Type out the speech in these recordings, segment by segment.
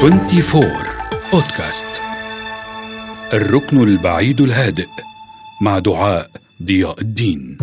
24 بودكاست الركن البعيد الهادئ مع دعاء ضياء الدين.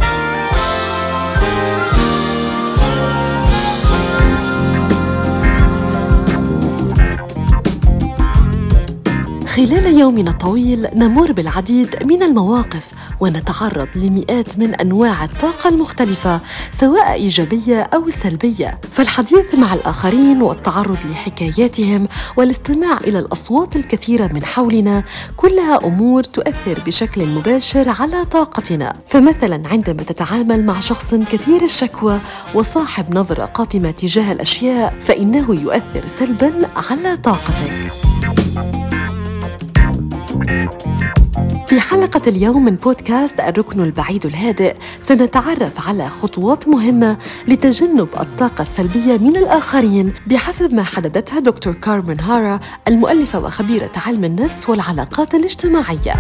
خلال يومنا الطويل نمر بالعديد من المواقف ونتعرض لمئات من أنواع الطاقة المختلفة سواء إيجابية أو سلبية، فالحديث مع الآخرين والتعرض لحكاياتهم والاستماع إلى الأصوات الكثيرة من حولنا كلها أمور تؤثر بشكل مباشر على طاقتنا. فمثلا عندما تتعامل مع شخص كثير الشكوى وصاحب نظرة قاتمة تجاه الأشياء فإنه يؤثر سلبا على طاقتك. في حلقة اليوم من بودكاست الركن البعيد الهادئ سنتعرف على خطوات مهمة لتجنب الطاقة السلبية من الآخرين بحسب ما حددتها دكتور كارمن هارا المؤلفة وخبيرة علم النفس والعلاقات الاجتماعية.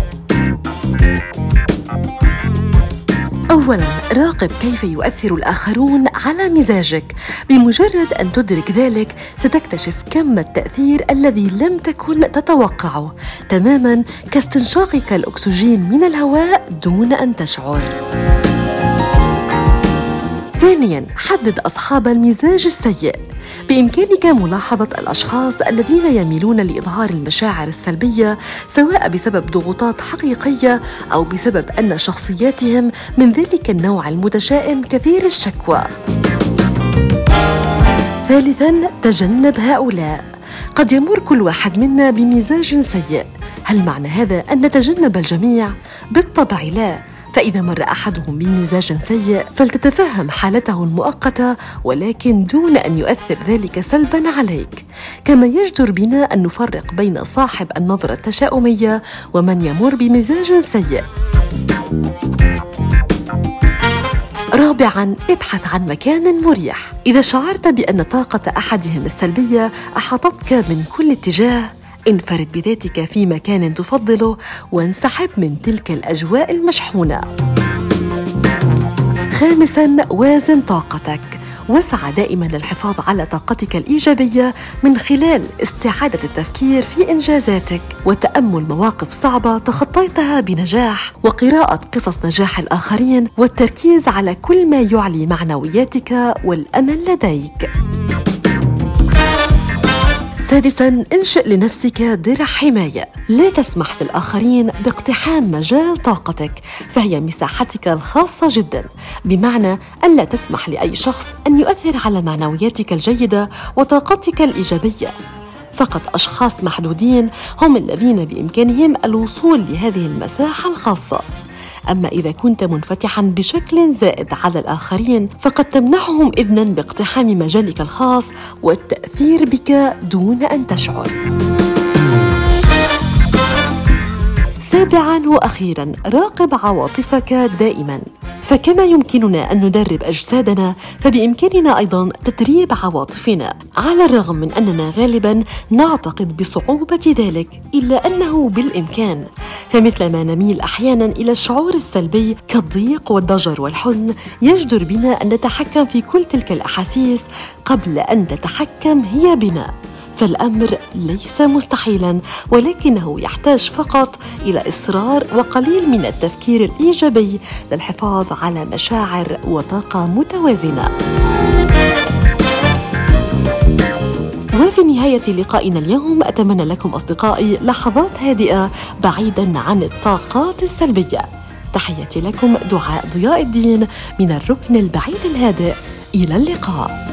أولاً، راقب كيف يؤثر الآخرون على مزاجك. بمجرد أن تدرك ذلك ستكتشف كم التأثير الذي لم تكن تتوقعه، تماماً كاستنشاقك الأكسجين من الهواء دون أن تشعر. ثانياً، حدد أصحاب المزاج السيء. بإمكانك ملاحظة الأشخاص الذين يميلون لإظهار المشاعر السلبية سواء بسبب ضغوطات حقيقية أو بسبب أن شخصياتهم من ذلك النوع المتشائم كثير الشكوى. ثالثاً، تجنب هؤلاء. قد يمر كل واحد منا بمزاج سيء. هل معنى هذا أن نتجنب الجميع؟ بالطبع لا. فإذا مر أحدهم بمزاج سيء فلتتفهم حالته المؤقتة ولكن دون أن يؤثر ذلك سلباً عليك. كما يجدر بنا أن نفرق بين صاحب النظرة التشاؤمية ومن يمر بمزاج سيء. رابعاً، ابحث عن مكان مريح. إذا شعرت بأن طاقة أحدهم السلبية أحاطتك من كل اتجاه انفرد بذاتك في مكان تفضله وانسحب من تلك الأجواء المشحونة. خامساً، وازن طاقتك. واسعى دائماً للحفاظ على طاقتك الإيجابية من خلال استعادة التفكير في إنجازاتك وتأمل مواقف صعبة تخطيتها بنجاح وقراءة قصص نجاح الآخرين والتركيز على كل ما يعلي معنوياتك والأمل لديك. سادساً، انشئ لنفسك درع حماية. لا تسمح للآخرين باقتحام مجال طاقتك، فهي مساحتك الخاصة جداً، بمعنى أن لا تسمح لأي شخص أن يؤثر على معنوياتك الجيدة وطاقتك الإيجابية. فقط أشخاص محدودين هم الذين بإمكانهم الوصول لهذه المساحة الخاصة. أما إذا كنت منفتحاً بشكل زائد على الآخرين فقد تمنحهم إذناً باقتحام مجالك الخاص والتأثير بك دون أن تشعر. سابعاً وأخيراً، راقب عواطفك دائماً. فكما يمكننا أن ندرب أجسادنا فبإمكاننا أيضاً تدريب عواطفنا، على الرغم من أننا غالباً نعتقد بصعوبة ذلك إلا أنه بالإمكان. فمثل ما نميل أحياناً إلى الشعور السلبي كالضيق والضجر والحزن يجدر بنا أن نتحكم في كل تلك الأحاسيس قبل أن تتحكم هي بنا. فالأمر ليس مستحيلاً ولكنه يحتاج فقط إلى إصرار وقليل من التفكير الإيجابي للحفاظ على مشاعر وطاقة متوازنة. وفي نهاية لقائنا اليوم أتمنى لكم أصدقائي لحظات هادئة بعيداً عن الطاقات السلبية. تحياتي لكم دعاء ضياء الدين من الركن البعيد الهادئ. إلى اللقاء.